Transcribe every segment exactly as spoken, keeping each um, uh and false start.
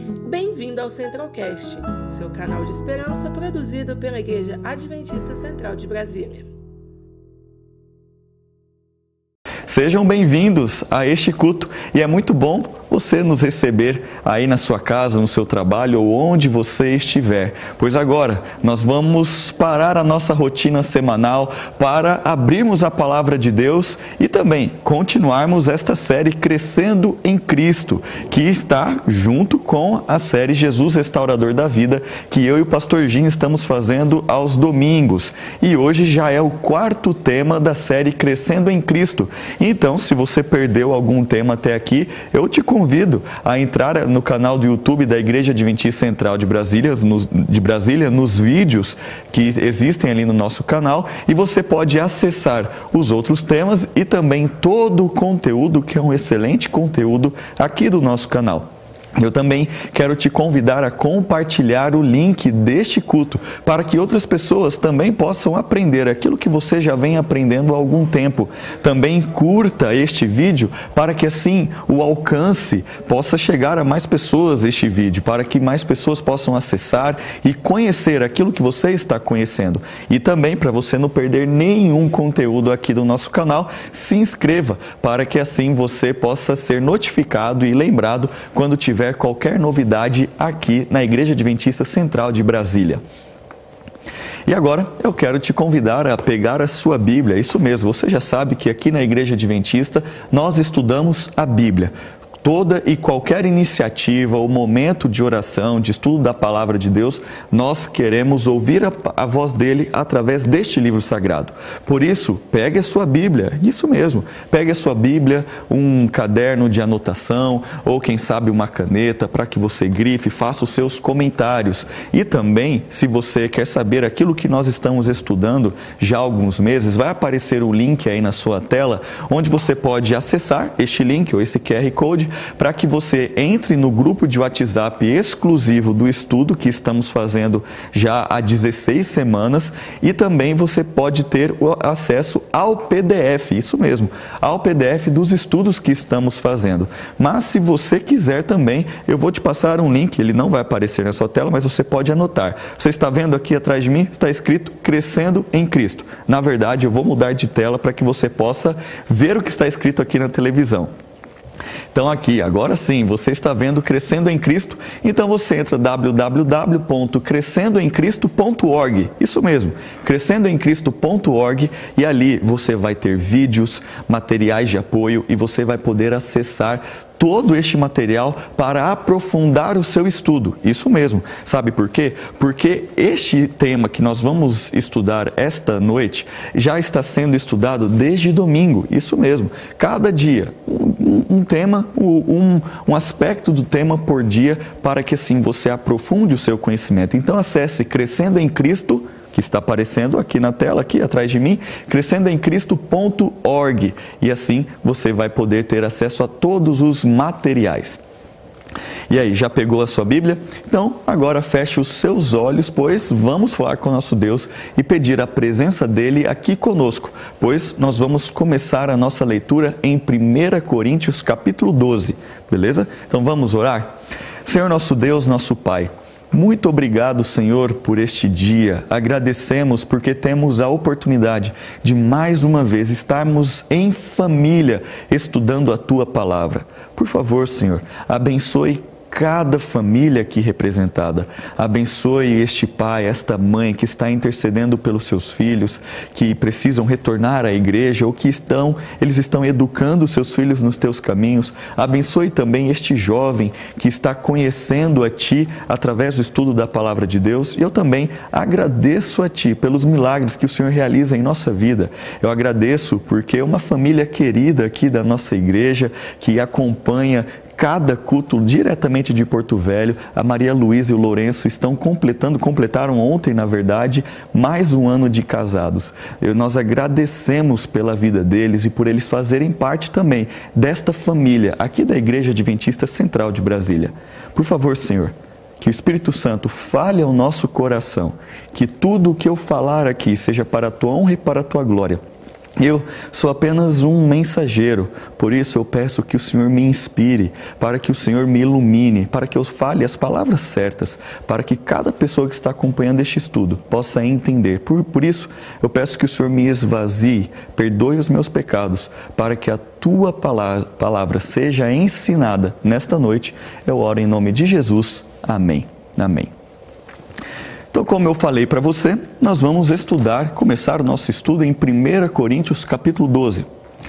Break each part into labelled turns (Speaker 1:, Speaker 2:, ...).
Speaker 1: Bem-vindo ao Centralcast, seu canal de esperança produzido pela Igreja Adventista Central de Brasília.
Speaker 2: Sejam bem-vindos a este culto e é muito bom você nos receber aí na sua casa, no seu trabalho ou onde você estiver, pois agora nós vamos parar a nossa rotina semanal para abrirmos a Palavra de Deus e também continuarmos esta série Crescendo em Cristo, que está junto com a série Jesus Restaurador da Vida, que eu e o Pastor Jim estamos fazendo aos domingos. E hoje já é o quarto tema da série Crescendo em Cristo. Então, se você perdeu algum tema até aqui, eu te convido a entrar no canal do YouTube da Igreja Adventista Central de Brasília, nos, de Brasília, nos vídeos que existem ali no nosso canal, e você pode acessar os outros temas e também todo o conteúdo, que é um excelente conteúdo aqui do nosso canal. Eu também quero te convidar a compartilhar o link deste culto para que outras pessoas também possam aprender aquilo que você já vem aprendendo há algum tempo. Também curta este vídeo para que assim o alcance possa chegar a mais pessoas, este vídeo, para que mais pessoas possam acessar e conhecer aquilo que você está conhecendo. E também, para você não perder nenhum conteúdo aqui do nosso canal, se inscreva para que assim você possa ser notificado e lembrado quando tiver qualquer novidade aqui na Igreja Adventista Central de Brasília. E agora eu quero te convidar a pegar a sua Bíblia. Isso mesmo, você já sabe que aqui na Igreja Adventista nós estudamos a Bíblia. Toda e qualquer iniciativa ou momento de oração, de estudo da Palavra de Deus, nós queremos ouvir a, a voz dele através deste livro sagrado. Por isso, pegue a sua Bíblia, isso mesmo, pegue a sua Bíblia, um caderno de anotação ou quem sabe uma caneta para que você grife, faça os seus comentários. E também, se você quer saber aquilo que nós estamos estudando já há alguns meses, vai aparecer o link aí na sua tela, onde você pode acessar este link ou esse Q R Code, para que você entre no grupo de WhatsApp exclusivo do estudo que estamos fazendo já há dezesseis semanas, e também você pode ter o acesso ao P D F, isso mesmo, ao P D F dos estudos que estamos fazendo. Mas se você quiser também, eu vou te passar um link, ele não vai aparecer na sua tela, mas você pode anotar. Você está vendo aqui atrás de mim, está escrito Crescendo em Cristo. Na verdade, eu vou mudar de tela para que você possa ver o que está escrito aqui na televisão. Então aqui, agora sim, você está vendo Crescendo em Cristo, então você entra w w w ponto crescendo em cristo ponto org, isso mesmo, crescendo em cristo ponto org, e ali você vai ter vídeos, materiais de apoio e você vai poder acessar todo este material para aprofundar o seu estudo. Isso mesmo. Sabe por quê? Porque este tema que nós vamos estudar esta noite já está sendo estudado desde domingo. Isso mesmo. Cada dia, um, um tema, um, um aspecto do tema por dia, para que assim você aprofunde o seu conhecimento. Então acesse Crescendo em Cristo, que está aparecendo aqui na tela, aqui atrás de mim, crescendo em cristo ponto org, e assim você vai poder ter acesso a todos os materiais. E aí, já pegou a sua Bíblia? Então, agora feche os seus olhos, pois vamos falar com o nosso Deus e pedir a presença dele aqui conosco, pois nós vamos começar a nossa leitura em primeira Coríntios capítulo doze, beleza? Então vamos orar? Senhor nosso Deus, nosso Pai, muito obrigado, Senhor, por este dia. Agradecemos porque temos a oportunidade de mais uma vez estarmos em família estudando a Tua Palavra. Por favor, Senhor, abençoe cada família aqui representada. Abençoe este pai, esta mãe que está intercedendo pelos seus filhos, que precisam retornar à igreja ou que estão, eles estão educando seus filhos nos teus caminhos. Abençoe também este jovem que está conhecendo a Ti através do estudo da Palavra de Deus. E eu também agradeço a Ti pelos milagres que o Senhor realiza em nossa vida. Eu agradeço porque uma família querida aqui da nossa igreja, que acompanha cada culto diretamente de Porto Velho, a Maria Luísa e o Lourenço estão completando, completaram ontem, na verdade, mais um ano de casados. Eu, nós agradecemos pela vida deles e por eles fazerem parte também desta família aqui da Igreja Adventista Central de Brasília. Por favor, Senhor, que o Espírito Santo fale ao nosso coração, que tudo o que eu falar aqui seja para a Tua honra e para a Tua glória. Eu sou apenas um mensageiro, por isso eu peço que o Senhor me inspire, para que o Senhor me ilumine, para que eu fale as palavras certas, para que cada pessoa que está acompanhando este estudo possa entender. Por, por isso, eu peço que o Senhor me esvazie, perdoe os meus pecados, para que a Tua palavra, palavra seja ensinada nesta noite. Eu oro em nome de Jesus. Amém. Amém. Então, como eu falei para você, nós vamos estudar, começar o nosso estudo em primeira Coríntios capítulo doze.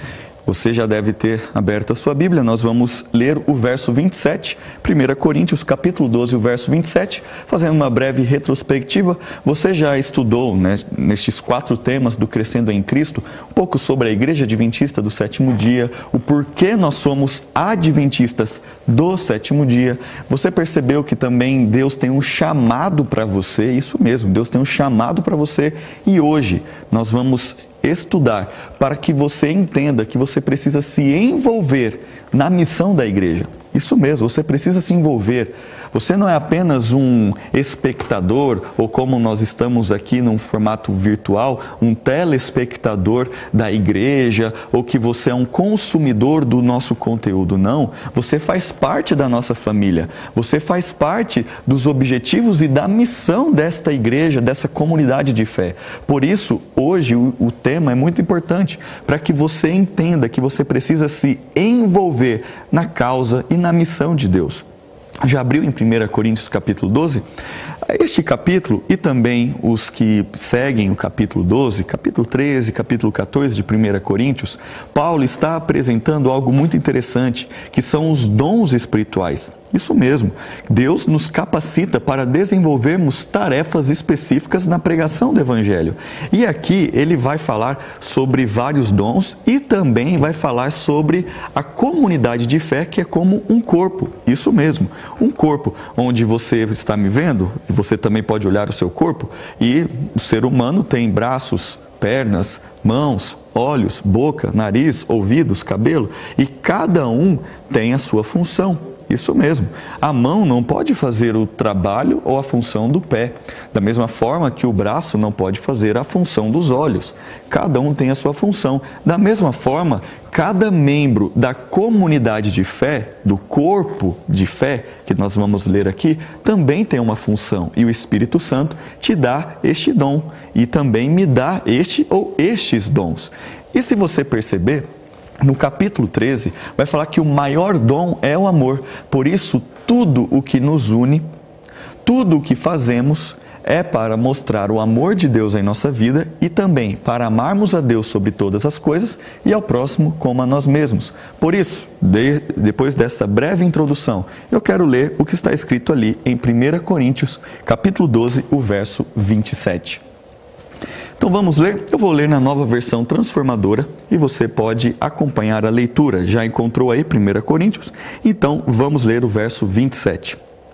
Speaker 2: Você já deve ter aberto a sua Bíblia, nós vamos ler o verso vinte e sete, primeira Coríntios capítulo doze, o verso vinte e sete, fazendo uma breve retrospectiva. Você já estudou, né, nestes quatro temas do Crescendo em Cristo, um pouco sobre a Igreja Adventista do Sétimo Dia, o porquê nós somos adventistas do sétimo dia. Você percebeu que também Deus tem um chamado para você, isso mesmo, Deus tem um chamado para você, e hoje nós vamos estudar para que você entenda que você precisa se envolver na missão da igreja. Isso mesmo, você precisa se envolver. Você não é apenas um espectador, ou como nós estamos aqui num formato virtual, um telespectador da igreja, ou que você é um consumidor do nosso conteúdo. Não, você faz parte da nossa família. Você faz parte dos objetivos e da missão desta igreja, dessa comunidade de fé. Por isso, hoje o, o tema é muito importante, para que você entenda que você precisa se envolver na causa e na missão de Deus. Já abriu em primeira Coríntios capítulo doze? Este capítulo e também os que seguem o capítulo doze, capítulo treze, capítulo quatorze de primeira Coríntios, Paulo está apresentando algo muito interessante, que são os dons espirituais. Isso mesmo, Deus nos capacita para desenvolvermos tarefas específicas na pregação do Evangelho. E aqui ele vai falar sobre vários dons e também vai falar sobre a comunidade de fé, que é como um corpo. Isso mesmo, um corpo onde você está me vendo, e você também pode olhar o seu corpo, e o ser humano tem braços, pernas, mãos, olhos, boca, nariz, ouvidos, cabelo, e cada um tem a sua função. Isso mesmo, a mão não pode fazer o trabalho ou a função do pé, da mesma forma que o braço não pode fazer a função dos olhos. Cada um tem a sua função. Da mesma forma, cada membro da comunidade de fé, do corpo de fé, que nós vamos ler aqui, também tem uma função. E o Espírito Santo te dá este dom e também me dá este ou estes dons. E se você perceber, no capítulo treze, vai falar que o maior dom é o amor. Por isso, tudo o que nos une, tudo o que fazemos, é para mostrar o amor de Deus em nossa vida e também para amarmos a Deus sobre todas as coisas e ao próximo como a nós mesmos. Por isso, de, depois dessa breve introdução, eu quero ler o que está escrito ali em primeira Coríntios, capítulo doze, o verso vinte e sete. Então vamos ler? Eu vou ler na nova versão transformadora e você pode acompanhar a leitura. Já encontrou aí primeira Coríntios? Então vamos ler o verso vinte e sete.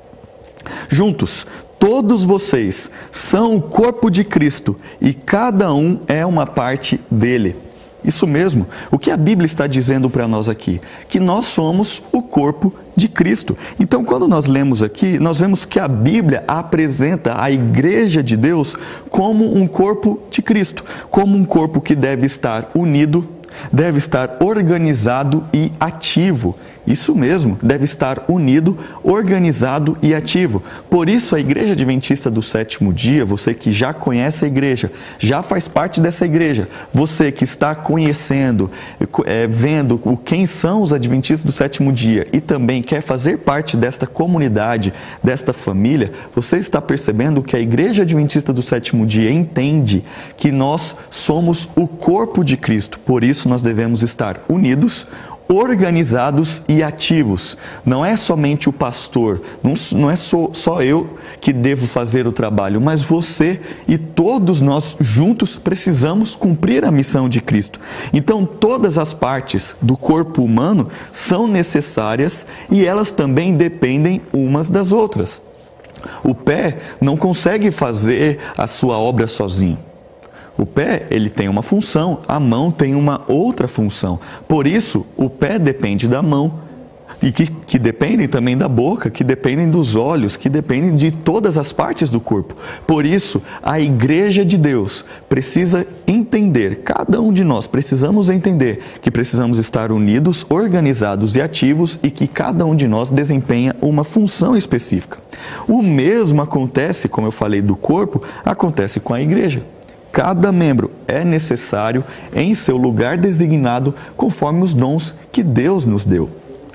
Speaker 2: Juntos, todos vocês são o corpo de Cristo e cada um é uma parte dele. Isso mesmo, o que a Bíblia está dizendo para nós aqui? Que nós somos o corpo de Cristo. Então, quando nós lemos aqui, nós vemos que a Bíblia apresenta a Igreja de Deus como um corpo de Cristo, como um corpo que deve estar unido, deve estar organizado e ativo. Isso mesmo, deve estar unido, organizado e ativo. Por isso, a Igreja Adventista do Sétimo Dia, você que já conhece a igreja, já faz parte dessa igreja, você que está conhecendo, é, vendo o, quem são os Adventistas do Sétimo Dia e também quer fazer parte desta comunidade, desta família, você está percebendo que a Igreja Adventista do Sétimo Dia entende que nós somos o corpo de Cristo. Por isso, nós devemos estar unidos, organizados e ativos. Não é somente o pastor, não, não é só, só eu que devo fazer o trabalho, mas você e todos nós juntos precisamos cumprir a missão de Cristo. Então, todas as partes do corpo humano são necessárias e elas também dependem umas das outras. O pé não consegue fazer a sua obra sozinho. O pé, ele tem uma função, a mão tem uma outra função. Por isso, o pé depende da mão, e que, que dependem também da boca, que dependem dos olhos, que dependem de todas as partes do corpo. Por isso, a igreja de Deus precisa entender, cada um de nós precisamos entender que precisamos estar unidos, organizados e ativos e que cada um de nós desempenha uma função específica. O mesmo acontece, como eu falei, do corpo, acontece com a igreja. Cada membro é necessário em seu lugar designado conforme os dons que Deus nos deu.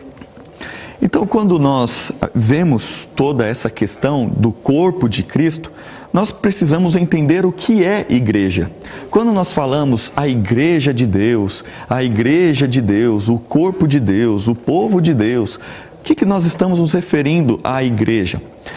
Speaker 2: Então, quando nós vemos toda essa questão do corpo de Cristo, nós precisamos entender o que é igreja. Quando nós falamos a igreja de Deus, a igreja de Deus, o corpo de Deus, o povo de Deus, o que, que nós estamos nos referindo à igreja?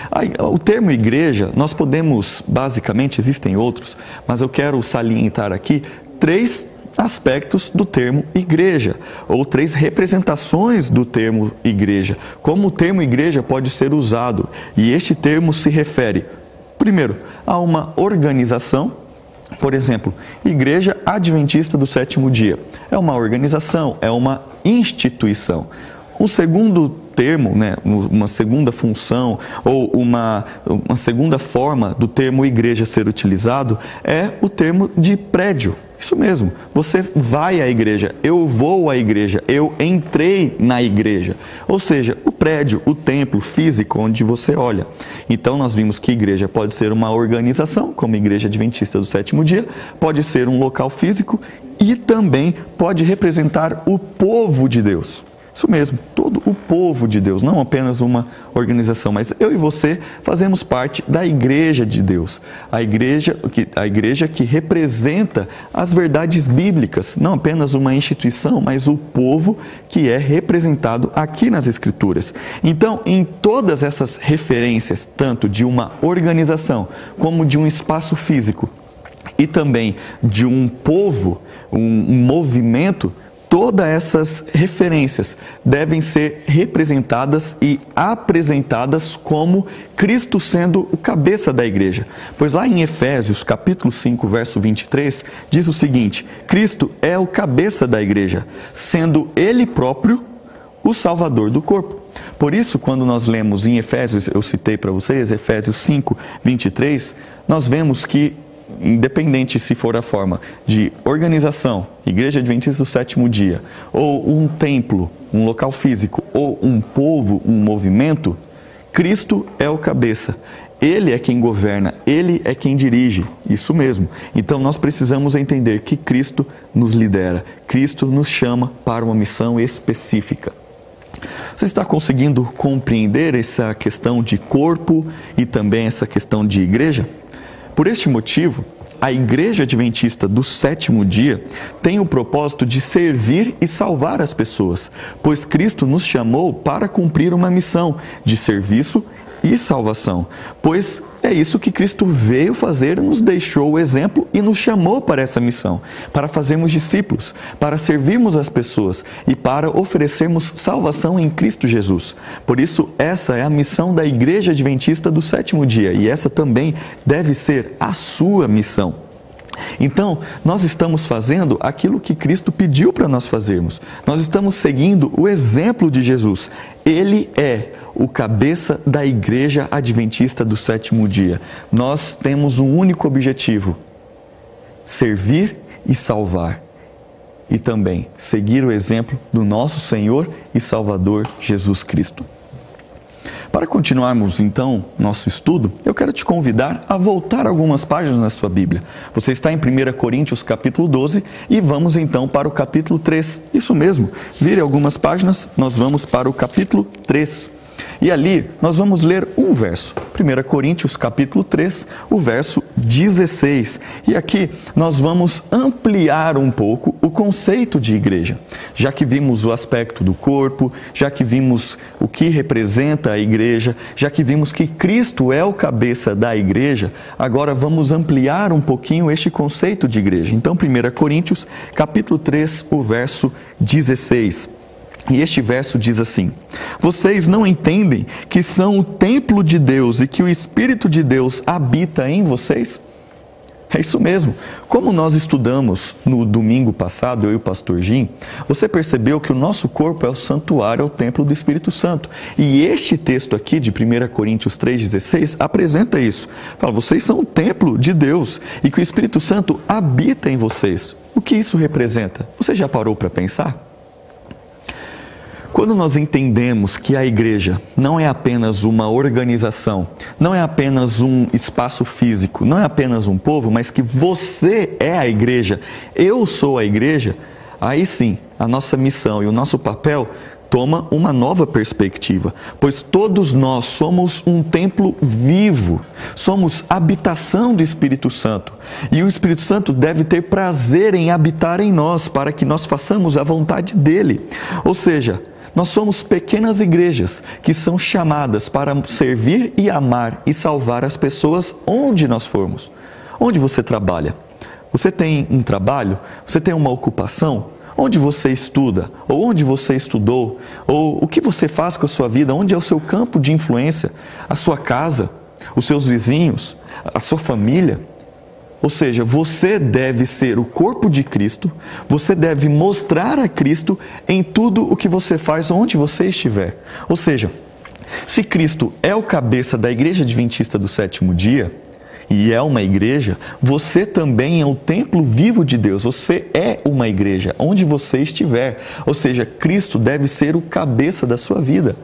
Speaker 2: O termo igreja, nós podemos, basicamente, existem outros, mas eu quero salientar aqui três aspectos do termo igreja, ou três representações do termo igreja. Como o termo igreja pode ser usado, e este termo se refere, primeiro, a uma organização. Por exemplo, Igreja Adventista do Sétimo Dia. É uma organização, é uma instituição. Um segundo termo, né, uma segunda função ou uma, uma segunda forma do termo igreja ser utilizado é o termo de prédio. Isso mesmo, você vai à igreja, eu vou à igreja, eu entrei na igreja. Ou seja, o prédio, o templo físico onde você olha. Então nós vimos que igreja pode ser uma organização, como Igreja Adventista do Sétimo Dia, pode ser um local físico e também pode representar o povo de Deus. Isso mesmo, todo o povo de Deus, não apenas uma organização, mas eu e você fazemos parte da igreja de Deus. A igreja que, a igreja que representa as verdades bíblicas, não apenas uma instituição, mas o povo que é representado aqui nas Escrituras. Então, em todas essas referências, tanto de uma organização como de um espaço físico e também de um povo, um, um movimento, todas essas referências devem ser representadas e apresentadas como Cristo sendo o cabeça da igreja. Pois lá em Efésios, capítulo cinco, verso vinte e três, diz o seguinte: Cristo é o cabeça da igreja, sendo Ele próprio o Salvador do corpo. Por isso, quando nós lemos em Efésios, eu citei para vocês, Efésios cinco, vinte e três, nós vemos que independente se for a forma de organização, Igreja Adventista do Sétimo Dia, ou um templo, um local físico, ou um povo, um movimento, Cristo é o cabeça. Ele é quem governa, Ele é quem dirige, isso mesmo. Então nós precisamos entender que Cristo nos lidera, Cristo nos chama para uma missão específica. Você está conseguindo compreender essa questão de corpo e também essa questão de igreja? Por este motivo, a Igreja Adventista do Sétimo Dia tem o propósito de servir e salvar as pessoas, pois Cristo nos chamou para cumprir uma missão de serviço e salvação, pois é isso que Cristo veio fazer, nos deixou o exemplo e nos chamou para essa missão, para fazermos discípulos, para servirmos as pessoas e para oferecermos salvação em Cristo Jesus. Por isso, essa é a missão da Igreja Adventista do Sétimo Dia e essa também deve ser a sua missão. Então, nós estamos fazendo aquilo que Cristo pediu para nós fazermos. Nós estamos seguindo o exemplo de Jesus. Ele é o cabeça da Igreja Adventista do Sétimo Dia. Nós temos um único objetivo: servir e salvar. E também seguir o exemplo do nosso Senhor e Salvador Jesus Cristo. Para continuarmos, então, nosso estudo, eu quero te convidar a voltar algumas páginas na sua Bíblia. Você está em primeira Coríntios, capítulo doze, e vamos, então, para o capítulo três. Isso mesmo, vire algumas páginas, nós vamos para o capítulo três. E ali, nós vamos ler um verso. primeira Coríntios, capítulo três, o verso dezesseis. E aqui, nós vamos ampliar um pouco o conceito de igreja. Já que vimos o aspecto do corpo, já que vimos o que representa a igreja, já que vimos que Cristo é o cabeça da igreja, agora vamos ampliar um pouquinho este conceito de igreja. Então, primeira Coríntios, capítulo três, o verso dezesseis. E este verso diz assim: vocês não entendem que são o templo de Deus e que o Espírito de Deus habita em vocês? É isso mesmo. Como nós estudamos no domingo passado, eu e o pastor Jim, você percebeu que o nosso corpo é o santuário, é o templo do Espírito Santo. E este texto aqui de primeira Coríntios três, dezesseis apresenta isso. Fala, vocês são o templo de Deus e que o Espírito Santo habita em vocês. O que isso representa? Você já parou para pensar? Quando nós entendemos que a igreja não é apenas uma organização, não é apenas um espaço físico, não é apenas um povo, mas que você é a igreja, eu sou a igreja, aí sim, a nossa missão e o nosso papel toma uma nova perspectiva, pois todos nós somos um templo vivo, somos habitação do Espírito Santo, e o Espírito Santo deve ter prazer em habitar em nós, para que nós façamos a vontade dele, ou seja, nós somos pequenas igrejas que são chamadas para servir e amar e salvar as pessoas onde nós formos. Onde você trabalha? Você tem um trabalho? Você tem uma ocupação? Onde você estuda? Ou onde você estudou? Ou o que você faz com a sua vida? Onde é o seu campo de influência? A sua casa? Os seus vizinhos? A sua família? Ou seja, você deve ser o corpo de Cristo, você deve mostrar a Cristo em tudo o que você faz, onde você estiver. Ou seja, se Cristo é o cabeça da Igreja Adventista do Sétimo Dia, e é uma igreja, você também é o templo vivo de Deus, você é uma igreja, onde você estiver. Ou seja, Cristo deve ser o cabeça da sua vida.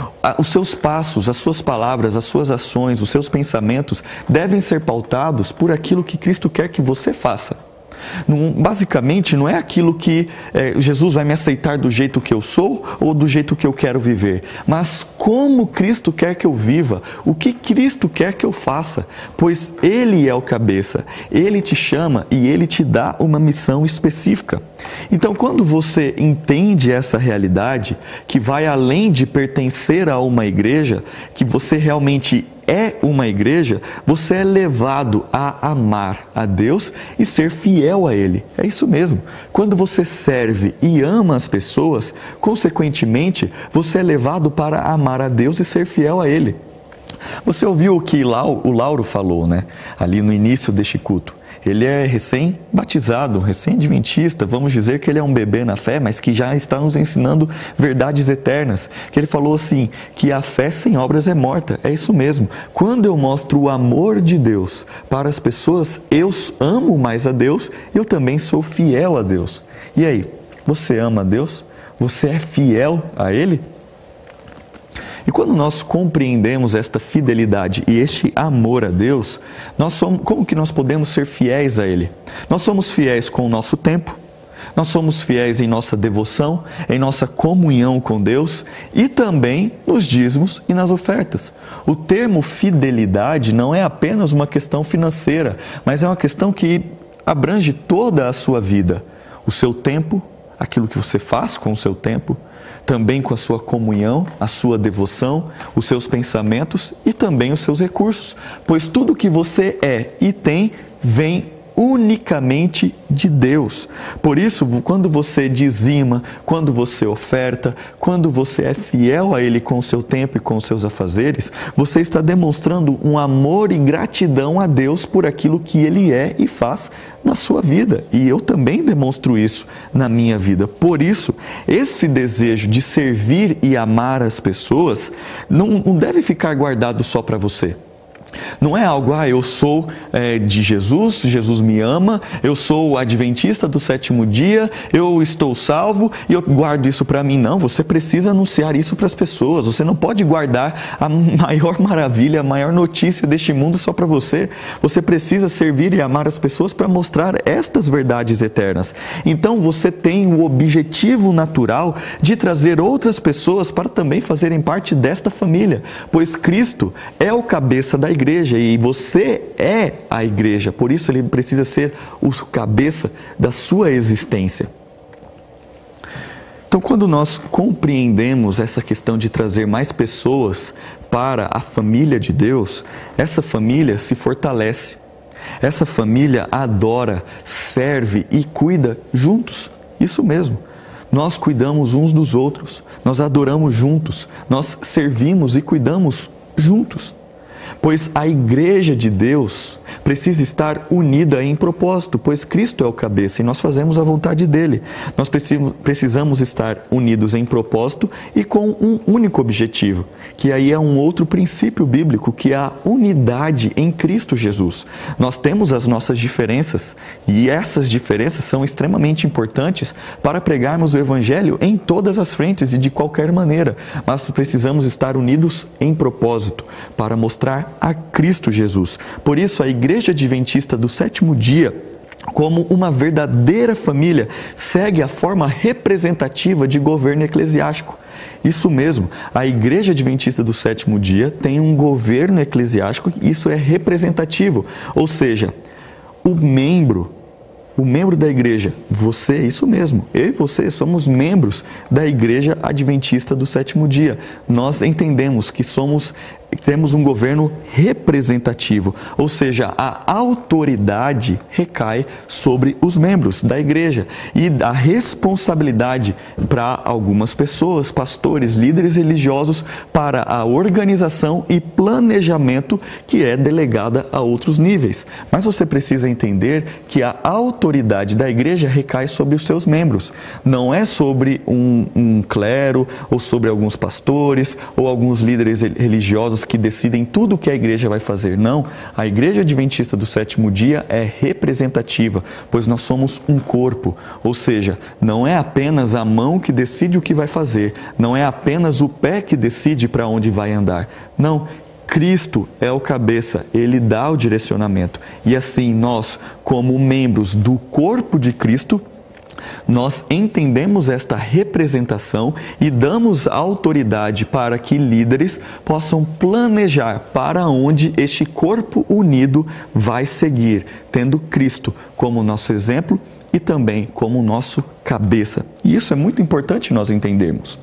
Speaker 2: Os seus passos, as suas palavras, as suas ações, os seus pensamentos devem ser pautados por aquilo que Cristo quer que você faça. Não, basicamente, não é aquilo que é, Jesus vai me aceitar do jeito que eu sou ou do jeito que eu quero viver, mas como Cristo quer que eu viva, o que Cristo quer que eu faça, pois Ele é o cabeça, Ele te chama e Ele te dá uma missão específica. Então, quando você entende essa realidade, que vai além de pertencer a uma igreja, que você realmente é uma igreja, você é levado a amar a Deus e ser fiel a Ele. É isso mesmo. Quando você serve e ama as pessoas, consequentemente, você é levado para amar a Deus e ser fiel a Ele. Você ouviu o que o Lauro falou, né? Ali no início deste culto. Ele é recém-batizado, recém-adventista, vamos dizer que ele é um bebê na fé, mas que já está nos ensinando verdades eternas. Que ele falou assim, que a fé sem obras é morta. É isso mesmo. Quando eu mostro o amor de Deus para as pessoas, eu amo mais a Deus, eu também sou fiel a Deus. E aí, você ama a Deus? Você é fiel a Ele? E quando nós compreendemos esta fidelidade e este amor a Deus, nós somos, como que nós podemos ser fiéis a Ele? Nós somos fiéis com o nosso tempo, nós somos fiéis em nossa devoção, em nossa comunhão com Deus e também nos dízimos e nas ofertas. O termo fidelidade não é apenas uma questão financeira, mas é uma questão que abrange toda a sua vida. O seu tempo, aquilo que você faz com o seu tempo, também com a sua comunhão, a sua devoção, os seus pensamentos e também os seus recursos, pois tudo que você é e tem vem unicamente de Deus. Por isso, quando você dizima, quando você oferta, quando você é fiel a Ele com o seu tempo e com os seus afazeres, você está demonstrando um amor e gratidão a Deus por aquilo que Ele é e faz na sua vida. E eu também demonstro isso na minha vida. Por isso, esse desejo de servir e amar as pessoas não, não deve ficar guardado só para você. Não é algo, ah, eu sou é, de Jesus, Jesus me ama, eu sou adventista do sétimo dia, eu estou salvo e eu guardo isso para mim. Não, você precisa anunciar isso para as pessoas. Você não pode guardar a maior maravilha, a maior notícia deste mundo só para você. Você precisa servir e amar as pessoas para mostrar estas verdades eternas. Então você tem o objetivo natural de trazer outras pessoas para também fazerem parte desta família, pois Cristo é o cabeça da igreja. igreja e você é a igreja, por isso Ele precisa ser o cabeça da sua existência. Então, quando nós compreendemos essa questão de trazer mais pessoas para a família de Deus, essa família se fortalece, essa família adora, serve e cuida juntos, isso mesmo. Nós cuidamos uns dos outros, nós adoramos juntos, nós servimos e cuidamos juntos. Pois a igreja de Deus precisa estar unida em propósito, pois Cristo é o cabeça e nós fazemos a vontade dele. Nós precisamos estar unidos em propósito e com um único objetivo, que aí é um outro princípio bíblico, que é a unidade em Cristo Jesus. Nós temos as nossas diferenças e essas diferenças são extremamente importantes para pregarmos o Evangelho em todas as frentes e de qualquer maneira, mas precisamos estar unidos em propósito para mostrar a Cristo Jesus. Por isso, a Igreja Adventista do Sétimo Dia, como uma verdadeira família, segue a forma representativa de governo eclesiástico. Isso mesmo, a Igreja Adventista do Sétimo Dia tem um governo eclesiástico e isso é representativo, ou seja, o membro, o membro da igreja, você, isso mesmo, eu e você somos membros da Igreja Adventista do Sétimo Dia. Nós entendemos que somos temos um governo representativo, ou seja, a autoridade recai sobre os membros da igreja e a responsabilidade para algumas pessoas, pastores, líderes religiosos, para a organização e planejamento que é delegada a outros níveis. Mas você precisa entender que a autoridade da igreja recai sobre os seus membros, não é sobre um, um clero ou sobre alguns pastores ou alguns líderes religiosos que decidem tudo o que a igreja vai fazer. Não, a Igreja Adventista do Sétimo Dia é representativa, pois nós somos um corpo, ou seja, não é apenas a mão que decide o que vai fazer, não é apenas o pé que decide para onde vai andar. Não, Cristo é o cabeça, Ele dá o direcionamento. E assim nós, como membros do corpo de Cristo, nós entendemos esta representação e damos autoridade para que líderes possam planejar para onde este corpo unido vai seguir, tendo Cristo como nosso exemplo e também como nosso cabeça. E isso é muito importante nós entendermos.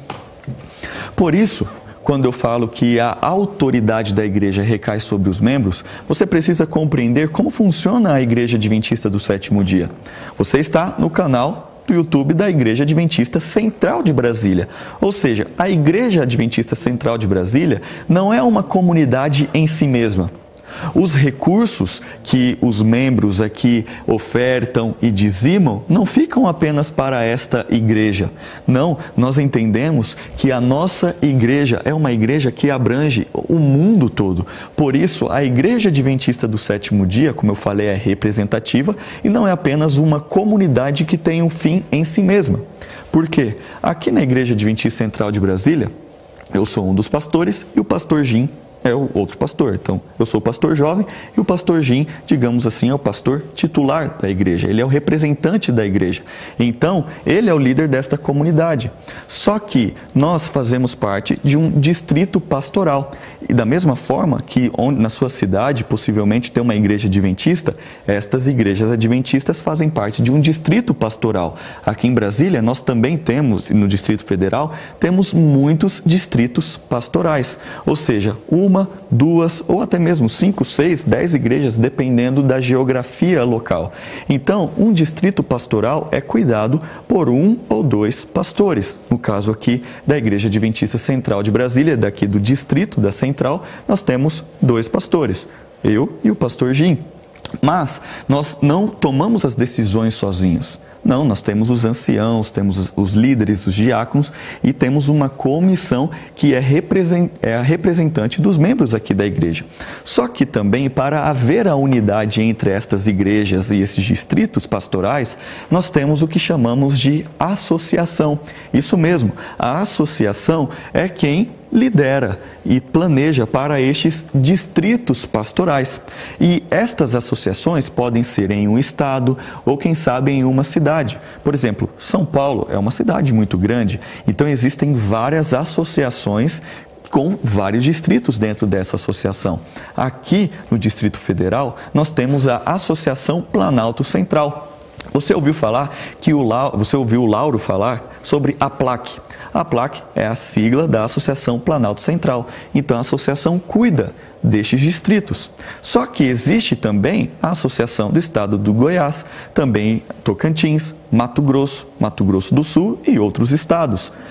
Speaker 2: Por isso, quando eu falo que a autoridade da igreja recai sobre os membros, você precisa compreender como funciona a Igreja Adventista do Sétimo Dia. Você está no canal do YouTube da Igreja Adventista Central de Brasília. Ou seja, a Igreja Adventista Central de Brasília não é uma comunidade em si mesma. Os recursos que os membros aqui ofertam e dizimam não ficam apenas para esta igreja. Não, nós entendemos que a nossa igreja é uma igreja que abrange o mundo todo. Por isso, a Igreja Adventista do Sétimo Dia, como eu falei, é representativa e não é apenas uma comunidade que tem um fim em si mesma. Por quê? Aqui na Igreja Adventista Central de Brasília, eu sou um dos pastores e o pastor Jim é o outro pastor. Então, eu sou o pastor jovem e o pastor Jim, digamos assim, é o pastor titular da igreja. Ele é o representante da igreja. Então, ele é o líder desta comunidade. Só que nós fazemos parte de um distrito pastoral. E da mesma forma que onde, na sua cidade, possivelmente tem uma igreja adventista, estas igrejas adventistas fazem parte de um distrito pastoral. Aqui em Brasília, nós também temos, no Distrito Federal, temos muitos distritos pastorais. Ou seja, uma Uma, duas ou até mesmo cinco, seis, dez igrejas, dependendo da geografia local. Então, um distrito pastoral é cuidado por um ou dois pastores. No caso aqui da Igreja Adventista Central de Brasília, daqui do distrito da Central, nós temos dois pastores, eu e o pastor Jim. Mas nós não tomamos as decisões sozinhos. Não, nós temos os anciãos, temos os líderes, os diáconos e temos uma comissão que é, represent... é a representante dos membros aqui da igreja. Só que também, para haver a unidade entre estas igrejas e esses distritos pastorais, nós temos o que chamamos de associação. Isso mesmo, a associação é quem lidera e planeja para estes distritos pastorais. E estas associações podem ser em um estado ou, quem sabe, em uma cidade. Por exemplo, São Paulo é uma cidade muito grande, então existem várias associações com vários distritos dentro dessa associação. Aqui no Distrito Federal, nós temos a Associação Planalto Central. Você ouviu falar que o Lauro, você ouviu o Lauro falar sobre a PLAC. A PLAC é a sigla da Associação Planalto Central. Então, a associação cuida destes distritos. Só que existe também a Associação do Estado do Goiás, também Tocantins, Mato Grosso, Mato Grosso do Sul e outros estados.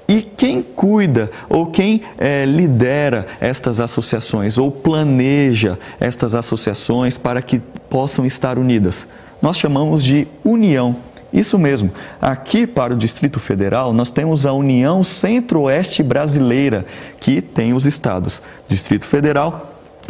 Speaker 2: E quem cuida ou quem é, lidera estas associações ou planeja estas associações para que possam estar unidas? Nós chamamos de união. Isso mesmo. Aqui para o Distrito Federal, nós temos a União Centro-Oeste Brasileira, que tem os estados Distrito Federal,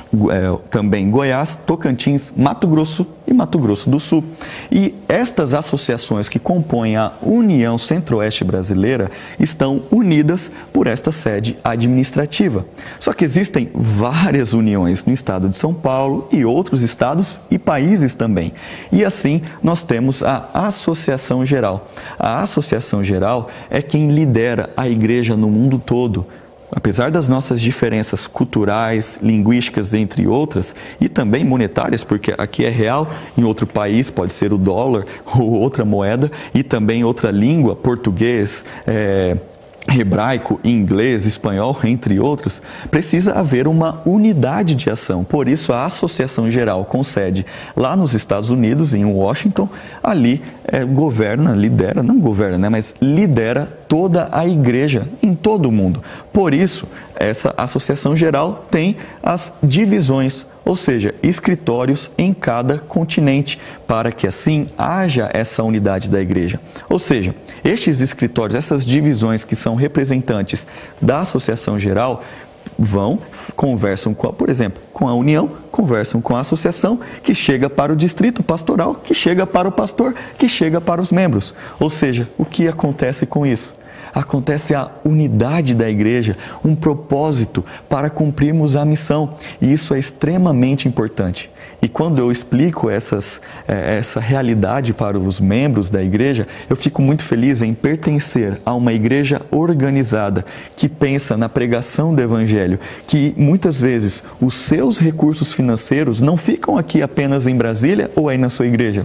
Speaker 2: É, também Goiás, Tocantins, Mato Grosso e Mato Grosso do Sul. E estas associações que compõem a União Centro-Oeste Brasileira estão unidas por esta sede administrativa. Só que existem várias uniões no estado de São Paulo e outros estados e países também. E assim nós temos a Associação Geral. A Associação Geral é quem lidera a igreja no mundo todo. Apesar das nossas diferenças culturais, linguísticas, entre outras, e também monetárias, porque aqui é real, em outro país pode ser o dólar ou outra moeda, e também outra língua, português, é, hebraico, inglês, espanhol, entre outros, precisa haver uma unidade de ação. Por isso, a Associação Geral, com sede lá nos Estados Unidos, em Washington, ali é, governa, lidera, não governa, né, mas lidera toda a igreja em todo o mundo. Por isso, essa Associação Geral tem as divisões, ou seja, escritórios em cada continente, para que assim haja essa unidade da igreja. Ou seja, estes escritórios, essas divisões que são representantes da Associação Geral, vão, conversam, com a, por exemplo, com a União, conversam com a associação, que chega para o distrito pastoral, que chega para o pastor, que chega para os membros. Ou seja, o que acontece com isso? Acontece a unidade da igreja, um propósito para cumprirmos a missão. E isso é extremamente importante. E quando eu explico essas, essa realidade para os membros da igreja, eu fico muito feliz em pertencer a uma igreja organizada, que pensa na pregação do Evangelho, que muitas vezes os seus recursos financeiros não ficam aqui apenas em Brasília ou aí na sua igreja,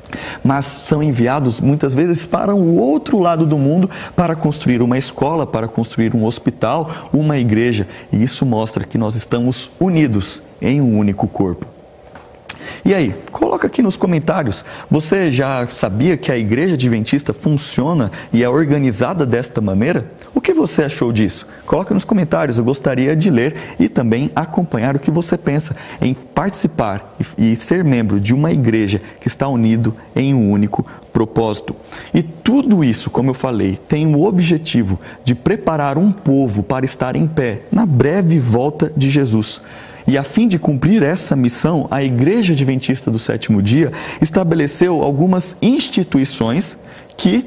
Speaker 2: mas são enviados muitas vezes para o outro lado do mundo para construir uma escola, para construir um hospital, uma igreja. E isso mostra que nós estamos unidos em um único corpo. E aí, coloca aqui nos comentários, você já sabia que a Igreja Adventista funciona e é organizada desta maneira? O que você achou disso? Coloca nos comentários, eu gostaria de ler e também acompanhar o que você pensa em participar e ser membro de uma igreja que está unido em um único propósito. E tudo isso, como eu falei, tem o objetivo de preparar um povo para estar em pé na breve volta de Jesus. E a fim de cumprir essa missão, a Igreja Adventista do Sétimo Dia estabeleceu algumas instituições que,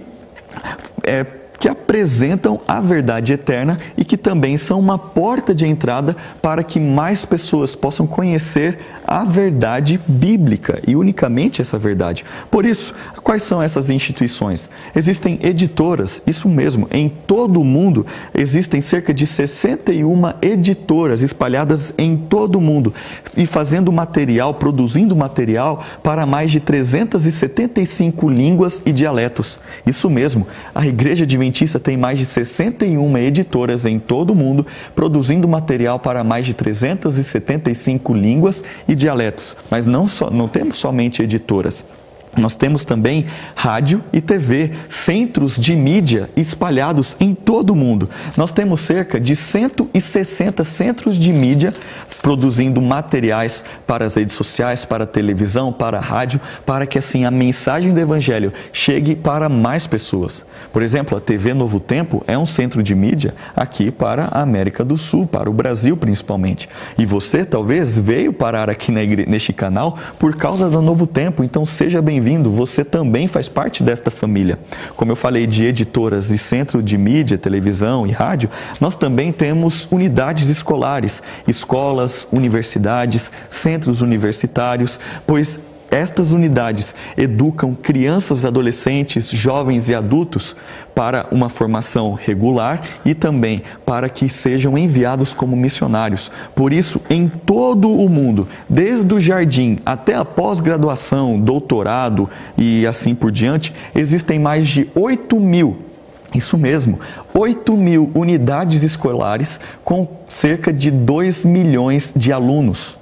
Speaker 2: é, que apresentam a verdade eterna e que também são uma porta de entrada para que mais pessoas possam conhecer a verdade bíblica e unicamente essa verdade. Por isso, quais são essas instituições? Existem editoras, isso mesmo, em todo o mundo existem cerca de sessenta e uma editoras espalhadas em todo o mundo e fazendo material, produzindo material para mais de trezentas e setenta e cinco línguas e dialetos. Isso mesmo, a Igreja Adventista tem mais de sessenta e uma editoras em todo o mundo produzindo material para mais de trezentas e setenta e cinco línguas e dialetos, mas não, só, não temos somente editoras. Nós temos também rádio e T V, centros de mídia espalhados em todo o mundo. Nós temos cerca de cento e sessenta centros de mídia produzindo materiais para as redes sociais, para a televisão, para a rádio, para que assim a mensagem do Evangelho chegue para mais pessoas. Por exemplo, a T V Novo Tempo é um centro de mídia aqui para a América do Sul, para o Brasil principalmente. E você talvez veio parar aqui na igre... neste canal por causa do Novo Tempo, então seja bem-vindo, você também faz parte desta família. Como eu falei de editoras e centro de mídia, televisão e rádio, nós também temos unidades escolares, escolas, universidades, centros universitários, pois estas unidades educam crianças, adolescentes, jovens e adultos para uma formação regular e também para que sejam enviados como missionários. Por isso, em todo o mundo, desde o jardim até a pós-graduação, doutorado e assim por diante, existem mais de oito mil Isso mesmo, oito mil unidades escolares com cerca de dois milhões de alunos.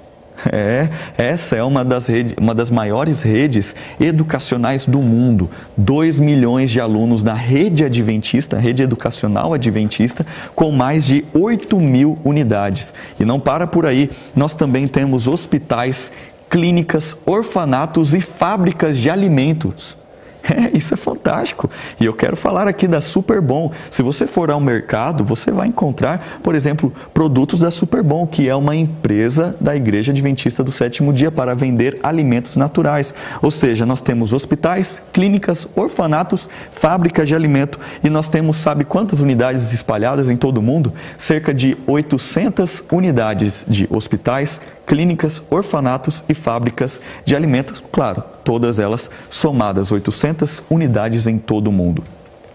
Speaker 2: É, essa é uma das, redes, uma das maiores redes educacionais do mundo. dois milhões de alunos na rede adventista, rede educacional adventista, com mais de oito mil unidades. E não para por aí, nós também temos hospitais, clínicas, orfanatos e fábricas de alimentos. É, isso é fantástico. E eu quero falar aqui da Superbom. Se você for ao mercado, você vai encontrar, por exemplo, produtos da Superbom, que é uma empresa da Igreja Adventista do Sétimo Dia para vender alimentos naturais. Ou seja, nós temos hospitais, clínicas, orfanatos, fábricas de alimento e nós temos, sabe quantas unidades espalhadas em todo o mundo? Cerca de oitocentas unidades de hospitais, clínicas, orfanatos e fábricas de alimentos, claro, todas elas somadas, oitocentas unidades em todo o mundo.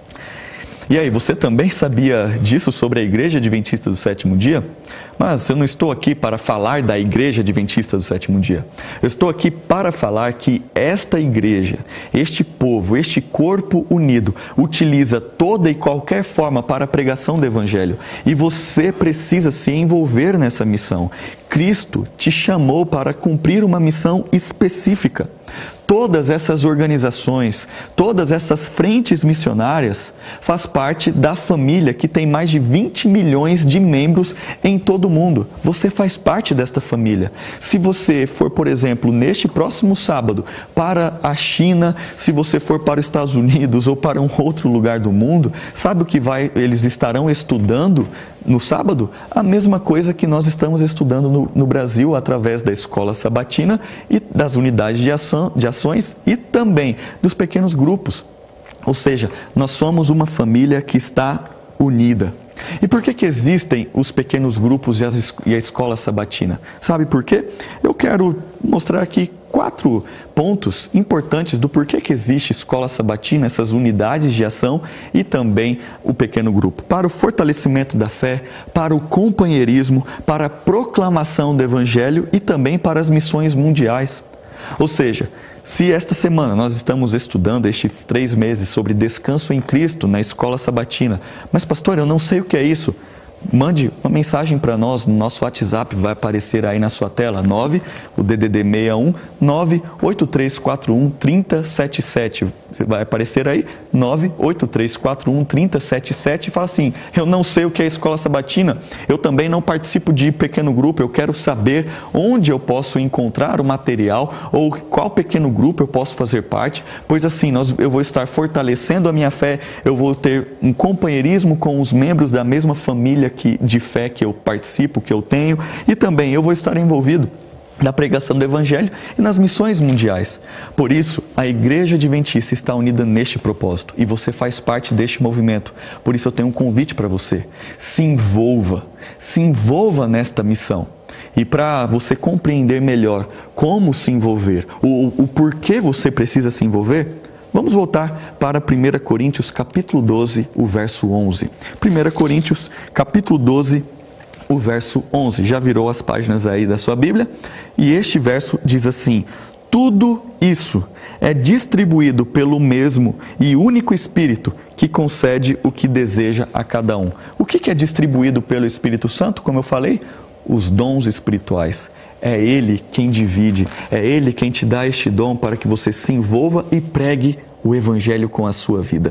Speaker 2: E aí, você também sabia disso sobre a Igreja Adventista do Sétimo Dia? Mas eu não estou aqui para falar da Igreja Adventista do Sétimo Dia. Eu estou aqui para falar que esta igreja, este povo, este corpo unido, utiliza toda e qualquer forma para a pregação do Evangelho. E você precisa se envolver nessa missão. Cristo te chamou para cumprir uma missão específica. Todas essas organizações, todas essas frentes missionárias faz parte da família que tem mais de vinte milhões de membros em todo o mundo. Você faz parte desta família. Se você for, por exemplo, neste próximo sábado para a China, se você for para os Estados Unidos ou para um outro lugar do mundo, sabe o que vai, eles estarão estudando no sábado? A mesma coisa que nós estamos estudando no, no Brasil através da Escola Sabatina e das unidades de, ação, de ações e também dos pequenos grupos. Ou seja, nós somos uma família que está unida. E por que que existem os pequenos grupos e, as, e a Escola Sabatina? Sabe por quê? Eu quero mostrar aqui quatro pontos importantes do porquê que existe Escola Sabatina, essas unidades de ação e também o pequeno grupo. Para o fortalecimento da fé, para o companheirismo, para a proclamação do Evangelho e também para as missões mundiais. Ou seja, se esta semana nós estamos estudando estes três meses sobre descanso em Cristo na Escola Sabatina, mas pastor, eu não sei o que é isso. Mande uma mensagem para nós no nosso WhatsApp, vai aparecer aí na sua tela, nove, o D D D seis um, nove oito três quatro um, três zero sete sete. Vai aparecer aí, nove oito três quatro um, três zero sete sete e fala assim, eu não sei o que é Escola Sabatina, eu também não participo de pequeno grupo, eu quero saber onde eu posso encontrar o material ou qual pequeno grupo eu posso fazer parte, pois assim nós, eu vou estar fortalecendo a minha fé, eu vou ter um companheirismo com os membros da mesma família que, de fé que eu participo, que eu tenho, e também eu vou estar envolvido na pregação do Evangelho e nas missões mundiais. Por isso, a Igreja Adventista está unida neste propósito e você faz parte deste movimento. Por isso eu tenho um convite para você. Se envolva, se envolva nesta missão. E para você compreender melhor como se envolver, o, o porquê você precisa se envolver, vamos voltar para primeira Coríntios capítulo doze, o verso onze. primeira Coríntios capítulo doze, o verso onze. Já virou as páginas aí da sua Bíblia? E este verso diz assim: tudo isso é distribuído pelo mesmo e único Espírito que concede o que deseja a cada um. O que é distribuído pelo Espírito Santo? Como eu falei, os dons espirituais. É Ele quem divide, é Ele quem te dá este dom para que você se envolva e pregue o Evangelho com a sua vida.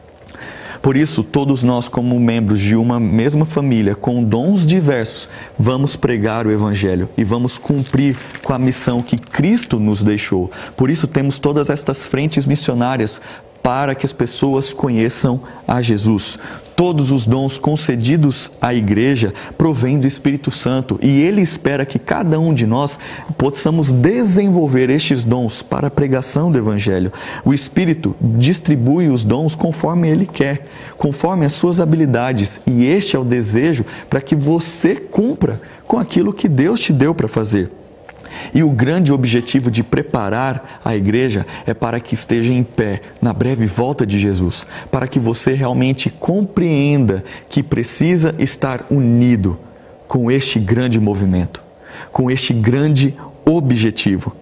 Speaker 2: Por isso, todos nós, como membros de uma mesma família, com dons diversos, vamos pregar o Evangelho e vamos cumprir com a missão que Cristo nos deixou. Por isso, temos todas estas frentes missionárias para que as pessoas conheçam a Jesus. Todos os dons concedidos à igreja provêm do Espírito Santo e Ele espera que cada um de nós possamos desenvolver estes dons para a pregação do Evangelho. O Espírito distribui os dons conforme Ele quer, conforme as suas habilidades, e este é o desejo para que você cumpra com aquilo que Deus te deu para fazer. E o grande objetivo de preparar a igreja é para que esteja em pé na breve volta de Jesus, para que você realmente compreenda que precisa estar unido com este grande movimento, com este grande objetivo.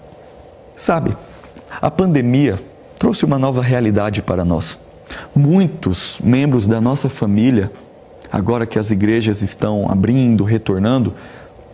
Speaker 2: Sabe, a pandemia trouxe uma nova realidade para nós. Muitos membros da nossa família, agora que as igrejas estão abrindo, retornando,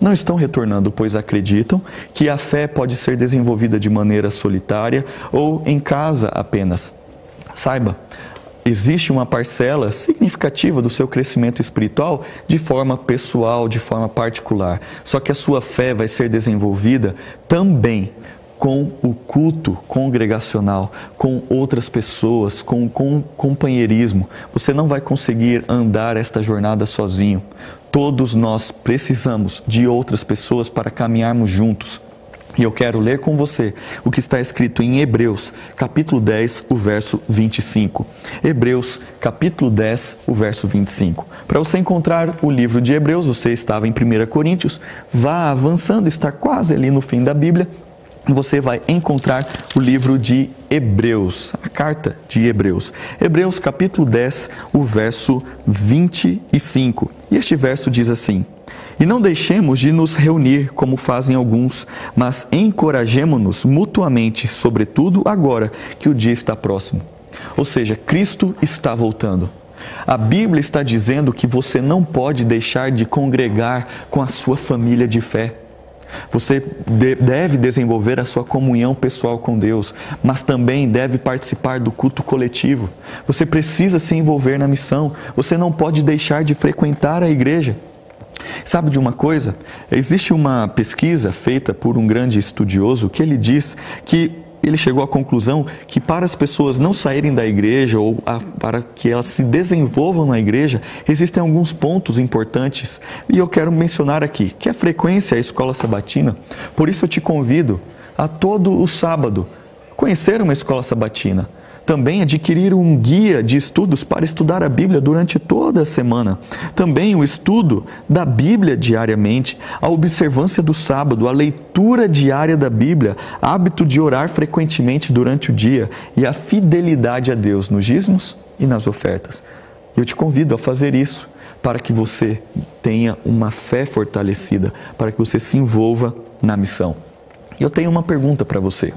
Speaker 2: não estão retornando, pois acreditam que a fé pode ser desenvolvida de maneira solitária ou em casa apenas. Saiba, existe uma parcela significativa do seu crescimento espiritual de forma pessoal, de forma particular. Só que a sua fé vai ser desenvolvida também com o culto congregacional, com outras pessoas, com, com companheirismo. Você não vai conseguir andar esta jornada sozinho. Todos nós precisamos de outras pessoas para caminharmos juntos. E eu quero ler com você o que está escrito em Hebreus, capítulo dez, o verso vinte e cinco. Hebreus, capítulo dez, o verso vinte e cinco. Para você encontrar o livro de Hebreus, você estava em primeira Coríntios, vá avançando, está quase ali no fim da Bíblia. Você vai encontrar o livro de Hebreus, a carta de Hebreus. Hebreus capítulo dez, o verso vinte e cinco. E este verso diz assim: E não deixemos de nos reunir como fazem alguns, mas encorajemo-nos mutuamente, sobretudo agora que o dia está próximo. Ou seja, Cristo está voltando. A Bíblia está dizendo que você não pode deixar de congregar com a sua família de fé. Você deve desenvolver a sua comunhão pessoal com Deus, mas também deve participar do culto coletivo. Você precisa se envolver na missão. Você não pode deixar de frequentar a igreja. Sabe de uma coisa? Existe uma pesquisa feita por um grande estudioso que ele diz que ele chegou à conclusão que para as pessoas não saírem da igreja ou a, para que elas se desenvolvam na igreja, existem alguns pontos importantes. E eu quero mencionar aqui, que é a frequência à escola sabatina. Por isso eu te convido a todo o sábado conhecer uma escola sabatina. Também adquirir um guia de estudos para estudar a Bíblia durante toda a semana. Também o estudo da Bíblia diariamente, a observância do sábado, a leitura diária da Bíblia, hábito de orar frequentemente durante o dia e a fidelidade a Deus nos dízimos e nas ofertas. Eu te convido a fazer isso para que você tenha uma fé fortalecida, para que você se envolva na missão. E eu tenho uma pergunta para você.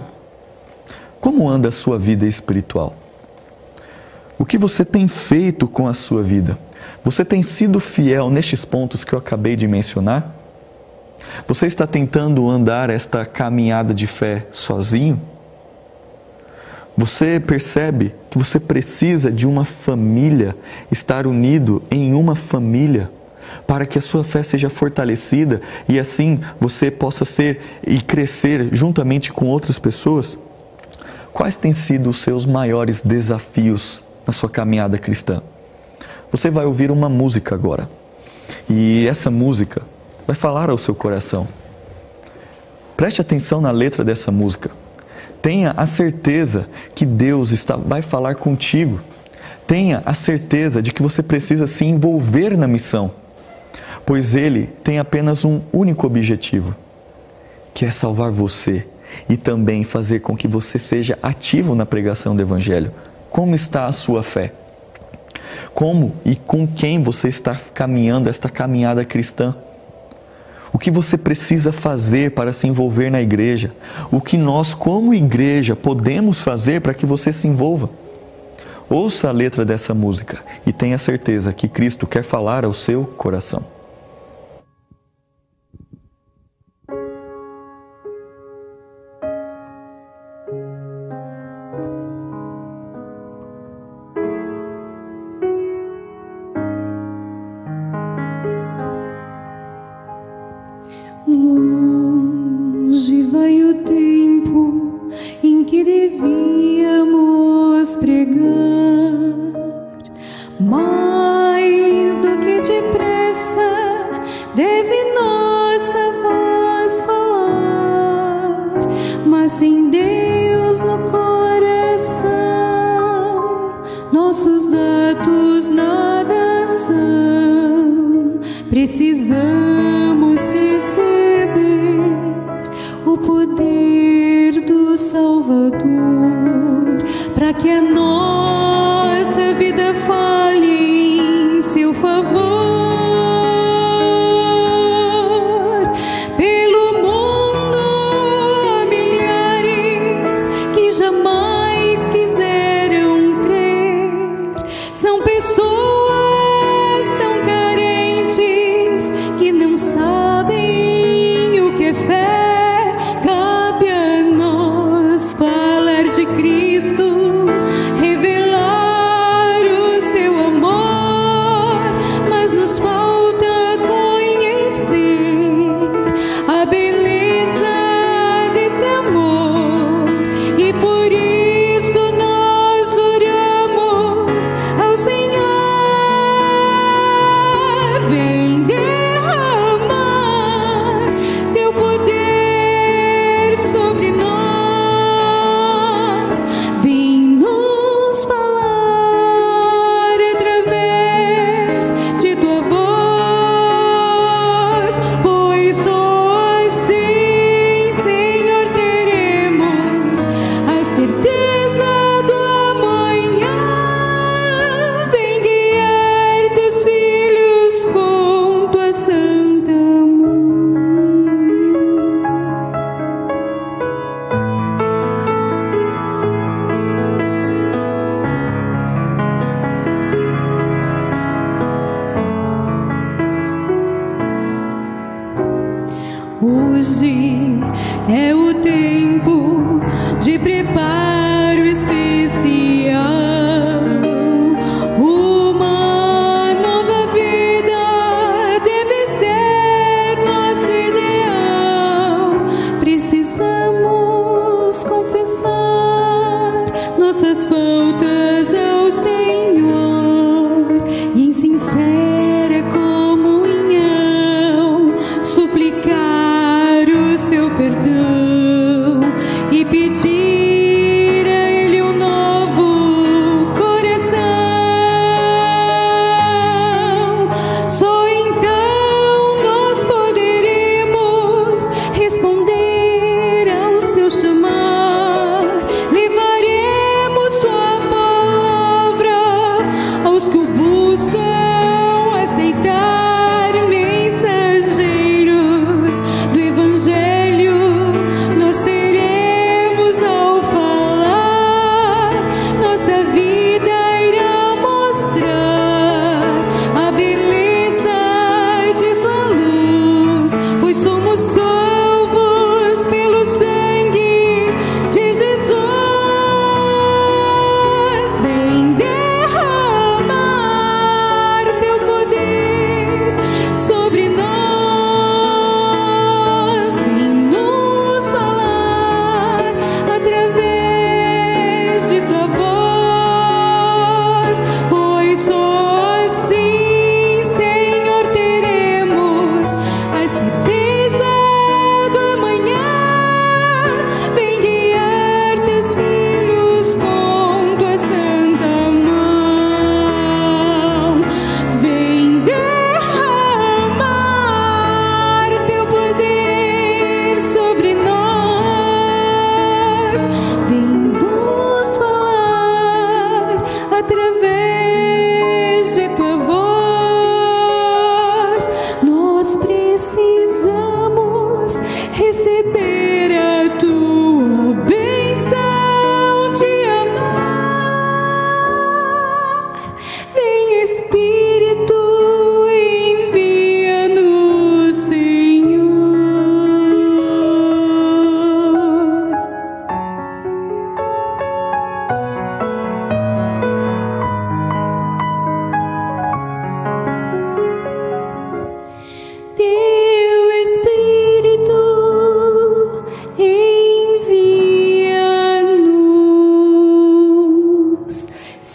Speaker 2: Como anda a sua vida espiritual? O que você tem feito com a sua vida? Você tem sido fiel nestes pontos que eu acabei de mencionar? Você está tentando andar esta caminhada de fé sozinho? Você percebe que você precisa de uma família, estar unido em uma família, para que a sua fé seja fortalecida e assim você possa ser e crescer juntamente com outras pessoas? Quais têm sido os seus maiores desafios na sua caminhada cristã? Você vai ouvir uma música agora. E essa música vai falar ao seu coração. Preste atenção na letra dessa música. Tenha a certeza que Deus está, vai falar contigo. Tenha a certeza de que você precisa se envolver na missão. Pois Ele tem apenas um único objetivo, que é salvar você. E também fazer com que você seja ativo na pregação do Evangelho. Como está a sua fé? Como e com quem você está caminhando esta caminhada cristã? O que você precisa fazer para se envolver na igreja? O que nós, como igreja, podemos fazer para que você se envolva? Ouça a letra dessa música e tenha certeza que Cristo quer falar ao seu coração.
Speaker 3: Longe vai o tempo em que devíamos pregar, mais do que depressa deve nossa voz falar, mas sem Deus no coração, nossos atos nada são. Precisamos o poder do Salvador, para que a nós Hoje é o tempo de preparo especial. Uma nova vida deve ser nosso ideal. Precisamos confessar nossas faltas ao Senhor e em sincera comunhão suplicar o seu perdão e pedir a Ele um novo coração. Só então nós poderemos responder ao seu chamar. Levaremos sua palavra aos que o buscam aceitar, mensageiros do Evangelho. Nós seremos ao falar, nossa vida irá mostrar a beleza de sua luz, pois somos salvos pelo sangue de Jesus. Vem derramar teu poder sobre nós, vem nos falar através de tua voz, pois só assim, Senhor, teremos a certeza do amanhã. Vem guiar teus filhos com tua santa mão. Vem derramar teu poder sobre nós. Vem nos falar através de tua voz. Nós precisamos receber a tua bênção de amar. Vem, Espírito, envia-nos, Senhor. Teu Espírito envia-nos,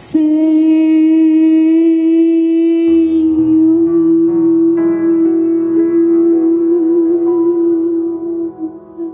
Speaker 3: Senhor.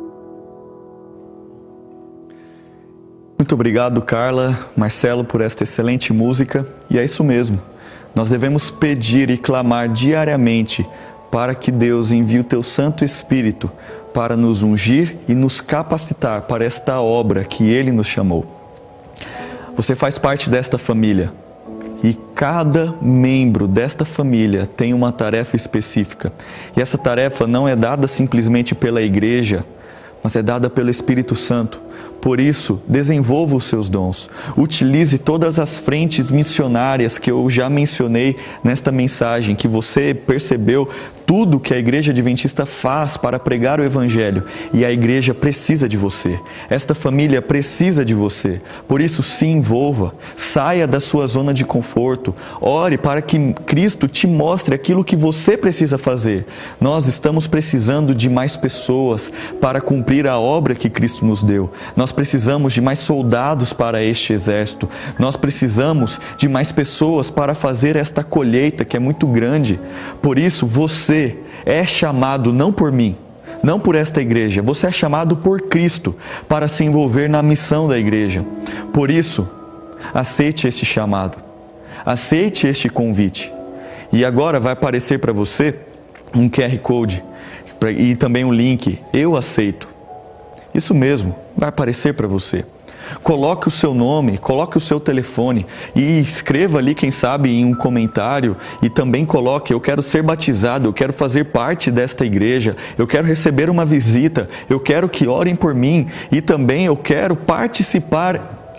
Speaker 2: Muito obrigado, Carla, Marcelo, por esta excelente música. E é isso mesmo. Nós devemos pedir e clamar diariamente para que Deus envie o teu Santo Espírito para nos ungir e nos capacitar para esta obra que Ele nos chamou. Você faz parte desta família e cada membro desta família tem uma tarefa específica. E essa tarefa não é dada simplesmente pela igreja, mas é dada pelo Espírito Santo. Por isso, desenvolva os seus dons. Utilize todas as frentes missionárias que eu já mencionei nesta mensagem, que você percebeu tudo que a Igreja Adventista faz para pregar o Evangelho. E a igreja precisa de você. Esta família precisa de você. Por isso, se envolva. Saia da sua zona de conforto. Ore para que Cristo te mostre aquilo que você precisa fazer. Nós estamos precisando de mais pessoas para cumprir a obra que Cristo nos deu. Nós precisamos de mais soldados para este exército. Nós precisamos de mais pessoas para fazer esta colheita que é muito grande. Por isso, você é chamado não por mim, não por esta igreja. Você é chamado por Cristo para se envolver na missão da igreja. Por isso, aceite este chamado. Aceite este convite. E agora vai aparecer para você um Q R Code e também um link. Eu aceito. Isso mesmo, vai aparecer para você. Coloque o seu nome, coloque o seu telefone e escreva ali, quem sabe, em um comentário, e também coloque: eu quero ser batizado, eu quero fazer parte desta igreja, eu quero receber uma visita, eu quero que orem por mim e também eu quero participar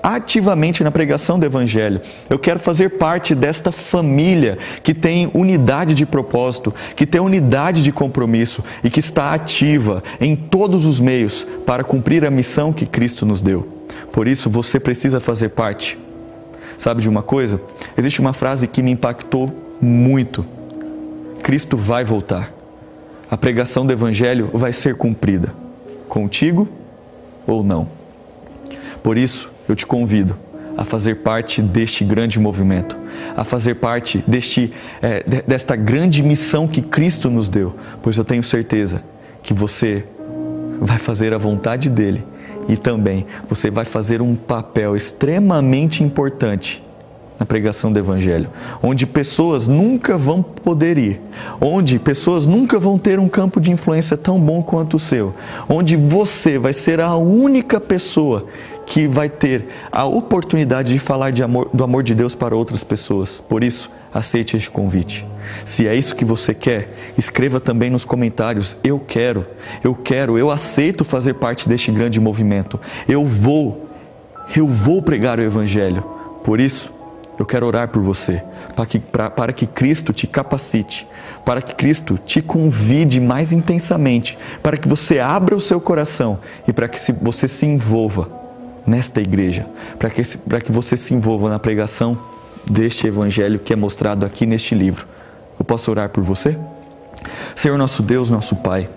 Speaker 2: ativamente na pregação do Evangelho. Eu quero fazer parte desta família que tem unidade de propósito, que tem unidade de compromisso e que está ativa em todos os meios para cumprir a missão que Cristo nos deu. Por isso, você precisa fazer parte. Sabe de uma coisa? Existe uma frase que me impactou muito. Cristo vai voltar. A pregação do Evangelho vai ser cumprida, contigo ou não. Por isso, eu te convido a fazer parte deste grande movimento, a fazer parte deste, é, desta grande missão que Cristo nos deu, pois eu tenho certeza que você vai fazer a vontade dEle e também você vai fazer um papel extremamente importante na pregação do Evangelho, onde pessoas nunca vão poder ir, onde pessoas nunca vão ter um campo de influência tão bom quanto o seu, onde você vai ser a única pessoa que vai ter a oportunidade de falar de amor, do amor de Deus para outras pessoas. Por isso, aceite este convite. Se é isso que você quer, escreva também nos comentários: eu quero, eu quero, eu aceito fazer parte deste grande movimento. Eu vou, eu vou pregar o Evangelho. Por isso, eu quero orar por você, para que, para, para que Cristo te capacite, para que Cristo te convide mais intensamente, para que você abra o seu coração e para que você se envolva nesta igreja, para que, para que você se envolva na pregação deste Evangelho que é mostrado aqui neste livro. Eu posso orar por você? Senhor nosso Deus, nosso Pai,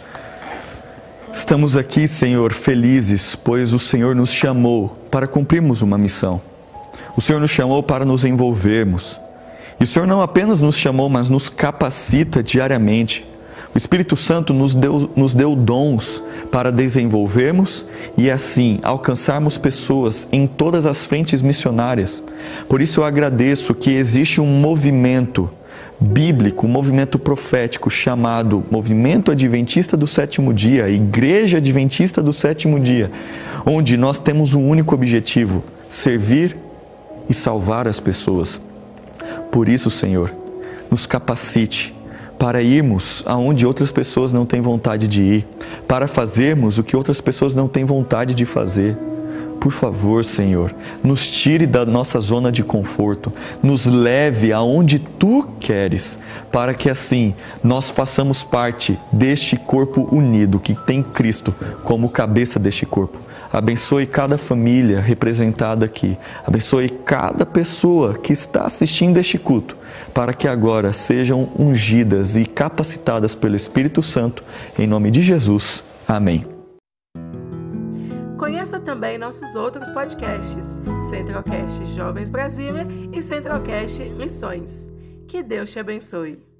Speaker 2: estamos aqui, Senhor, felizes, pois o Senhor nos chamou para cumprirmos uma missão. O Senhor nos chamou para nos envolvermos. E o Senhor não apenas nos chamou, mas nos capacita diariamente. O Espírito Santo nos deu, nos deu dons para desenvolvermos e assim alcançarmos pessoas em todas as frentes missionárias. Por isso eu agradeço que existe um movimento bíblico, um movimento profético chamado Movimento Adventista do Sétimo Dia, Igreja Adventista do Sétimo Dia, onde nós temos um único objetivo: servir e salvar as pessoas. Por isso, Senhor, nos capacite para irmos aonde outras pessoas não têm vontade de ir, para fazermos o que outras pessoas não têm vontade de fazer. Por favor, Senhor, nos tire da nossa zona de conforto, nos leve aonde Tu queres, para que assim nós façamos parte deste corpo unido que tem Cristo como cabeça deste corpo. Abençoe cada família representada aqui. Abençoe cada pessoa que está assistindo este culto, para que agora sejam ungidas e capacitadas pelo Espírito Santo. Em nome de Jesus. Amém.
Speaker 1: Conheça também nossos outros podcasts, Centralcast Jovens Brasília e Centralcast Missões. Que Deus te abençoe.